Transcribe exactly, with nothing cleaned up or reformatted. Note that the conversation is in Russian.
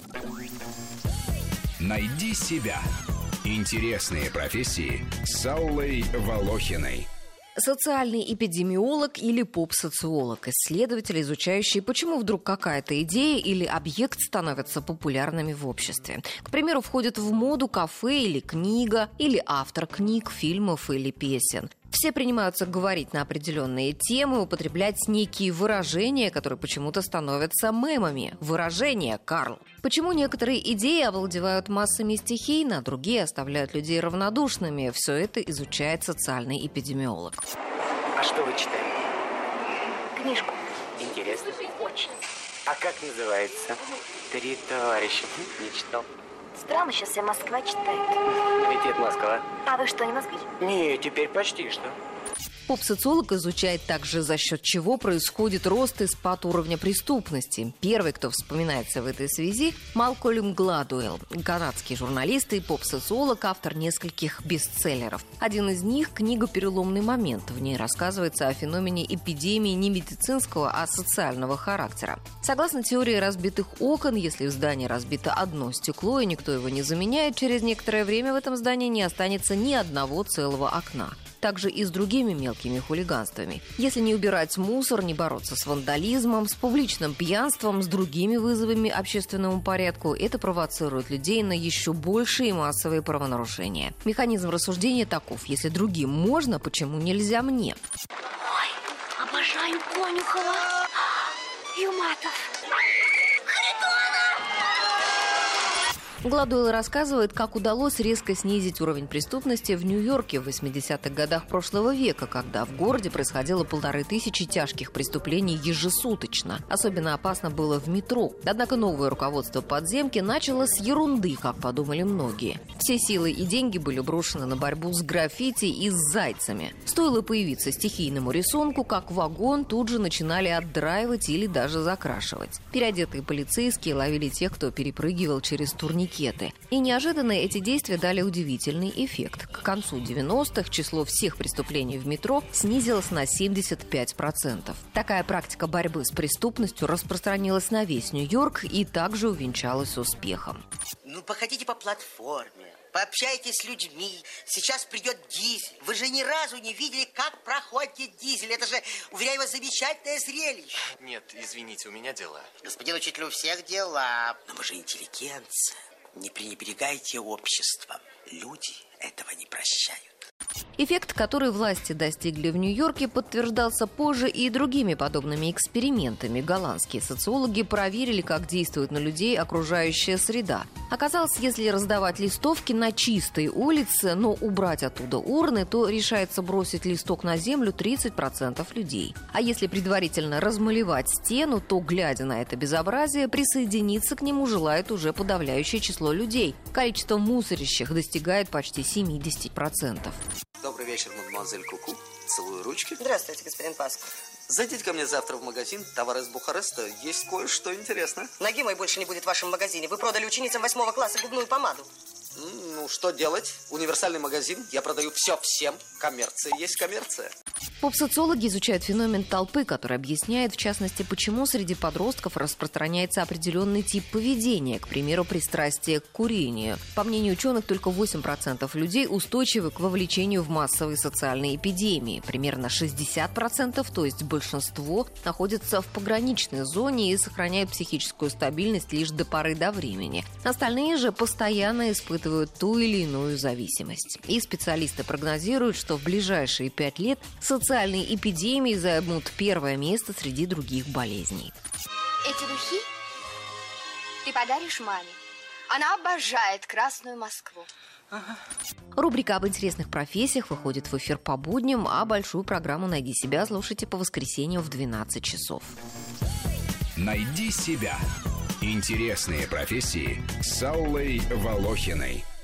Найди себя. Интересные профессии с Аллой Волохиной. Социальный эпидемиолог или поп-социолог – исследователь, изучающий, почему вдруг какая-то идея или объект становятся популярными в обществе. К примеру, входит в моду кафе или книга, или автор книг, фильмов или песен. Все принимаются говорить на определенные темы, употреблять некие выражения, которые почему-то становятся мемами. Выражения, Карл. Почему некоторые идеи овладевают массами стихийно, а другие оставляют людей равнодушными? Все это изучает социальный эпидемиолог. А что вы читаете? Книжку. Интересно? Очень. А как называется? Три товарища. Не читал. Странно, сейчас вся Москва читает. Ведь это Москва. А вы что, не москвич? Не, теперь почти что. Поп-социолог изучает также, за счет чего происходит рост и спад уровня преступности. Первый, кто вспоминается в этой связи, Малкольм Гладуэлл, канадский журналист и поп-социолог, автор нескольких бестселлеров. Один из них – книга «Переломный момент». В ней рассказывается о феномене эпидемии не медицинского, а социального характера. Согласно теории разбитых окон, если в здании разбито одно стекло и никто его не заменяет, через некоторое время в этом здании не останется ни одного целого окна. Также и с другими мелкими хулиганствами. Если не убирать мусор, не бороться с вандализмом, с публичным пьянством, с другими вызовами общественному порядку, это провоцирует людей на еще большие массовые правонарушения. Механизм рассуждения таков: если другим можно, почему нельзя мне? Ой, обожаю Конюхова. Юматов. Гладуэлл рассказывает, как удалось резко снизить уровень преступности в Нью-Йорке в восьмидесятых годах прошлого века, когда в городе происходило полторы тысячи тяжких преступлений ежесуточно. Особенно опасно было в метро. Однако новое руководство подземки начало с ерунды, как подумали многие. Все силы и деньги были брошены на борьбу с граффити и с зайцами. Стоило появиться стихийному рисунку, как вагон тут же начинали отдраивать или даже закрашивать. Переодетые полицейские ловили тех, кто перепрыгивал через турники. И неожиданно эти действия дали удивительный эффект. К концу девяностых число всех преступлений в метро снизилось на семьдесят пять процентов. Такая практика борьбы с преступностью распространилась на весь Нью-Йорк и также увенчалась успехом. Ну, походите по платформе, пообщайтесь с людьми. Сейчас придет дизель. Вы же ни разу не видели, как проходит дизель. Это же, уверяю вас, замечательное зрелище. Нет, извините, у меня дела. Господин учитель, у всех дела. Но мы же интеллигенция. Не пренебрегайте обществом. Люди этого не прощают. Эффект, который власти достигли в Нью-Йорке, подтверждался позже и другими подобными экспериментами. Голландские социологи проверили, как действует на людей окружающая среда. Оказалось, если раздавать листовки на чистой улице, но убрать оттуда урны, то решается бросить листок на землю тридцать процентов людей. А если предварительно размалевать стену, то, глядя на это безобразие, присоединиться к нему желает уже подавляющее число людей. Количество мусорящих достигает почти семьдесят процентов. Добрый вечер, мадемуазель Куку. Целую ручки. Здравствуйте, господин Паску. Зайдите ко мне завтра в магазин «Товары из Бухареста». Есть кое-что интересное. Ноги моей больше не будет в вашем магазине. Вы продали ученицам восьмого класса губную помаду. Ну, что делать? Универсальный магазин. Я продаю все всем. Коммерция есть коммерция. Поп-социологи изучают феномен толпы, который объясняет, в частности, почему среди подростков распространяется определенный тип поведения, к примеру, пристрастие к курению. По мнению ученых, только восемь процентов людей устойчивы к вовлечению в массовые социальные эпидемии. Примерно шестьдесят процентов, то есть большинство, находятся в пограничной зоне и сохраняют психическую стабильность лишь до поры до времени. Остальные же постоянно испытывают ту или иную зависимость. И специалисты прогнозируют, что в ближайшие пять лет социальные эпидемии займут первое место среди других болезней. Эти духи ты подаришь маме. Она обожает Красную Москву. Ага. Рубрика об интересных профессиях выходит в эфир по будням, а большую программу «Найди себя» слушайте по воскресеньям в двенадцать часов. «Найди себя». Интересные профессии с Аллой Волохиной.